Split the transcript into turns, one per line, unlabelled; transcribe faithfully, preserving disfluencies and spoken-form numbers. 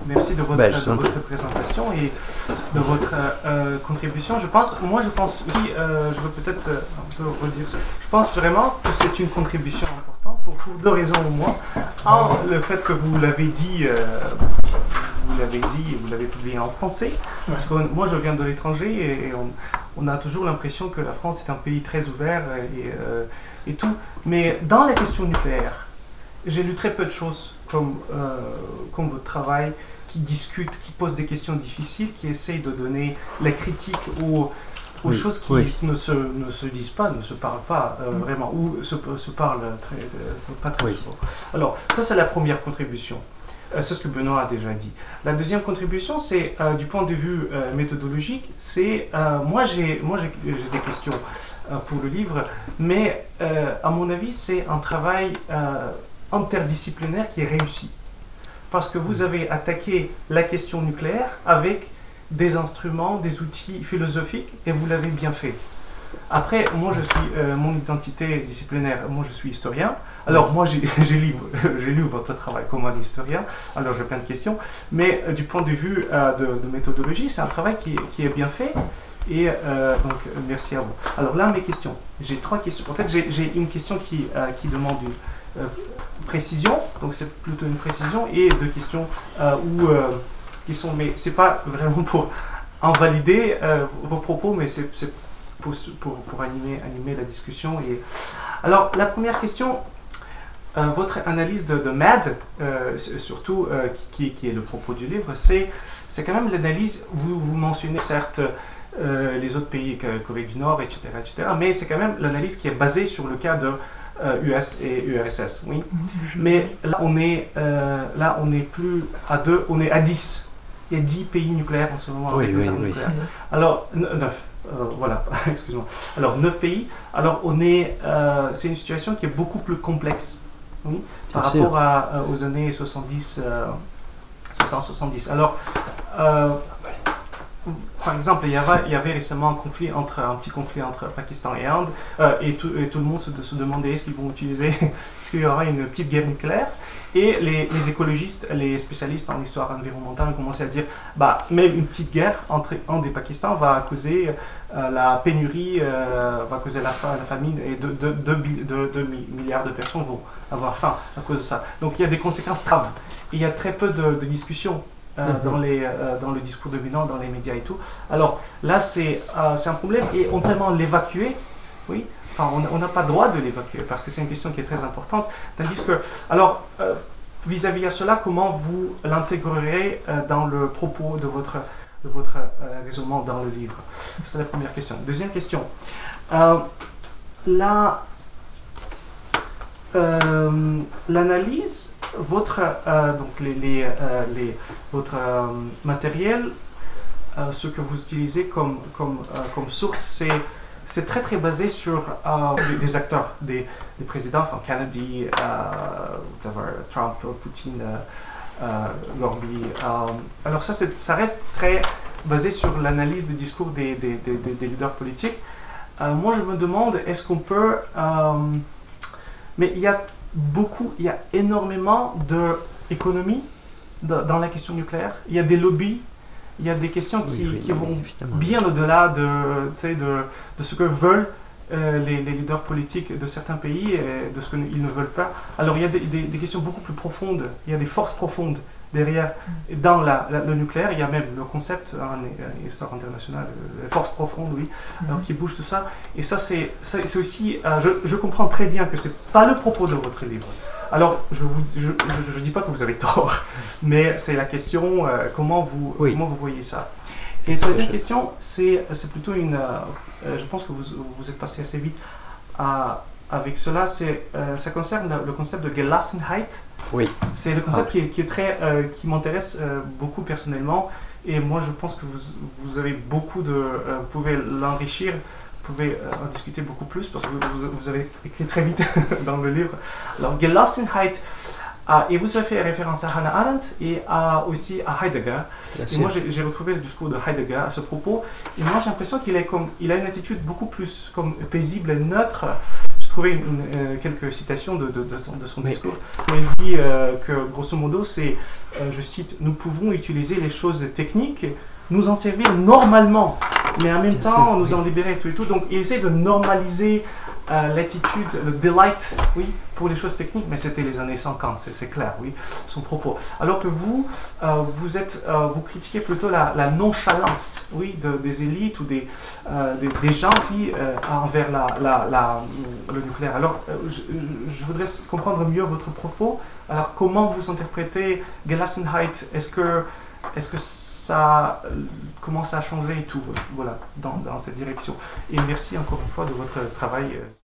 merci de votre,
Ben,
de votre présentation et de votre euh, contribution. Je pense, moi je pense, oui, euh, je veux peut-être euh, un peu redire ça. Je pense vraiment que c'est une contribution importante pour, pour deux raisons au moins. Un, le fait que vous l'avez dit, euh, vous l'avez dit et vous l'avez publié en français. Parce que moi je viens de l'étranger et, et on, on a toujours l'impression que la France est un pays très ouvert et, euh, et tout. Mais dans la question nucléaire, j'ai lu très peu de choses comme, euh, comme votre travail, qui discutent, qui posent des questions difficiles, qui essayent de donner la critique aux, aux oui, choses qui oui. ne, se, ne se disent pas, ne se parlent pas euh, vraiment, ou se, se parlent très, euh, pas très oui. souvent. Alors, ça c'est la première contribution. Euh, c'est ce que Benoît a déjà dit. La deuxième contribution, c'est euh, du point de vue euh, méthodologique, c'est, euh, moi j'ai moi j'ai, j'ai des questions euh, pour le livre, mais euh, à mon avis, c'est un travail euh, interdisciplinaire qui est réussi. Parce que vous avez attaqué la question nucléaire avec des instruments, des outils philosophiques, et vous l'avez bien fait. Après, moi, je suis, euh, mon identité disciplinaire, moi, je suis historien. Alors, moi, j'ai, j'ai, lu, j'ai lu votre travail comme un historien, alors j'ai plein de questions. Mais euh, du point de vue euh, de, de méthodologie, c'est un travail qui, qui est bien fait. Et euh, donc, merci à vous. Alors là, mes questions. J'ai trois questions. En fait, j'ai, j'ai une question qui, euh, qui demande une euh, précision, donc c'est plutôt une précision, et deux questions euh, où, euh, qui sont, mais c'est pas vraiment pour invalider euh, vos propos, mais c'est, c'est pour, pour, pour animer, animer la discussion. Et... Alors, la première question, euh, votre analyse de, de M A D, euh, surtout, euh, qui, qui est le propos du livre, c'est, c'est quand même l'analyse, vous, vous mentionnez certes euh, les autres pays, Corée du Nord, et cetera, et cetera, mais c'est quand même l'analyse qui est basée sur le cas de Euh, U S et U R S S, oui. Mais là, on est, euh, là, on est plus à deux, on est à dix. Il y a dix pays nucléaires en ce moment
oui,
avec
oui,
des armes
oui.
nucléaires. Alors, neuf, euh, voilà, excuse-moi. Alors, neuf pays. Alors, on est, euh, c'est une situation qui est beaucoup plus complexe, oui, par
Bien
rapport à, euh, aux années soixante-dix, euh, soixante soixante-dix. Alors, euh, par exemple, il y, avait, il y avait récemment un conflit entre un petit conflit entre Pakistan et Inde, euh, et, tout, et tout le monde se, se demandait est-ce qu'ils vont utiliser, est-ce qu'il y aura une petite guerre nucléaire. Et les, les écologistes, les spécialistes en histoire environnementale ont commencé à dire, bah même une petite guerre entre Inde et Pakistan va causer euh, la pénurie, euh, va causer la, la famine, et deux milliards de personnes vont avoir faim à cause de ça. Donc il y a des conséquences graves. Il y a très peu de, de discussions. Euh, mm-hmm. dans, les, euh, dans le discours dominant, dans les médias et tout. Alors là, c'est, euh, c'est un problème et on tellement l'évacuer, oui, enfin, on n'a pas droit de l'évacuer parce que c'est une question qui est très importante. Tandis que, alors, euh, vis-à-vis de cela, comment vous l'intégrerez euh, dans le propos de votre, de votre euh, raisonnement dans le livre? C'est la première question. Deuxième question. Euh, la, euh, l'analyse votre euh, donc les, les, euh, les votre euh, matériel, euh, ce que vous utilisez comme comme euh, comme source, c'est c'est très très basé sur euh, des, des acteurs, des, des présidents, enfin Kennedy, euh, whatever, Trump, Poutine, euh, euh, Gorby. Euh, alors ça c'est, ça reste très basé sur l'analyse du discours des des, des, des leaders politiques. Euh, moi je me demande est-ce qu'on peut euh, mais il y a beaucoup, il y a énormément d'économies dans la question nucléaire. Il y a des lobbies, il y a des questions qui,
oui, oui,
qui vont
oui,
bien au-delà de, de, de ce que veulent euh, les, les leaders politiques de certains pays et de ce qu'ils ne veulent pas. Alors il y a des, des, des questions beaucoup plus profondes, il y a des forces profondes derrière. Et dans la, la, le nucléaire, il y a même le concept en histoire internationale, les forces profondes, oui, mm-hmm. alors, qui bougent tout ça. Et ça, c'est, c'est, c'est aussi... Euh, je, je comprends très bien que ce n'est pas le propos de votre livre. Alors, je ne je, je, je dis pas que vous avez tort, mais c'est la question, euh, comment, vous, oui. comment vous voyez ça. Et la troisième question, c'est, c'est plutôt une... Euh, je pense que vous, vous êtes passé assez vite à, avec cela. C'est, euh, ça concerne le concept de Gelassenheit.
Oui.
C'est le concept ah. qui, est, qui, est très, euh, qui m'intéresse euh, beaucoup personnellement. Et moi, je pense que vous, vous avez beaucoup de... Euh, vous pouvez l'enrichir, vous pouvez euh, en discuter beaucoup plus, parce que vous, vous, vous avez écrit très vite dans le livre. Alors, Gelassenheit, euh, et vous avez fait référence à Hannah Arendt et à, aussi à Heidegger. Bien et sûr. Moi, j'ai, j'ai retrouvé le discours de Heidegger à ce propos. Et moi, j'ai l'impression qu'il est comme, il a une attitude beaucoup plus comme paisible et neutre. Je trouver une, une, euh, quelques citations de, de, de son, de son
Oui.
discours. Où il dit euh, que, grosso modo, c'est, euh, je cite, « Nous pouvons utiliser les choses techniques, nous en servir normalement, mais en même
Bien
temps
sûr,
nous
oui.
en libérer et tout et tout. » Donc, il essaie de normaliser euh, l'attitude, le delight, oui, pour les choses techniques, mais c'était les années cinquante, c'est, c'est clair, oui, son propos. Alors que vous, euh, vous, êtes, euh, vous critiquez plutôt la, la nonchalance, oui, de, des élites ou des, euh, des, des gens qui, euh, envers la, la, la, le nucléaire. Alors, euh, je, je voudrais comprendre mieux votre propos. Alors, comment vous interprétez Gelassenheit? Est-ce que, est-ce que ça euh, commence à changer et tout, voilà, dans, dans cette direction? Et merci encore une fois de votre travail. Euh,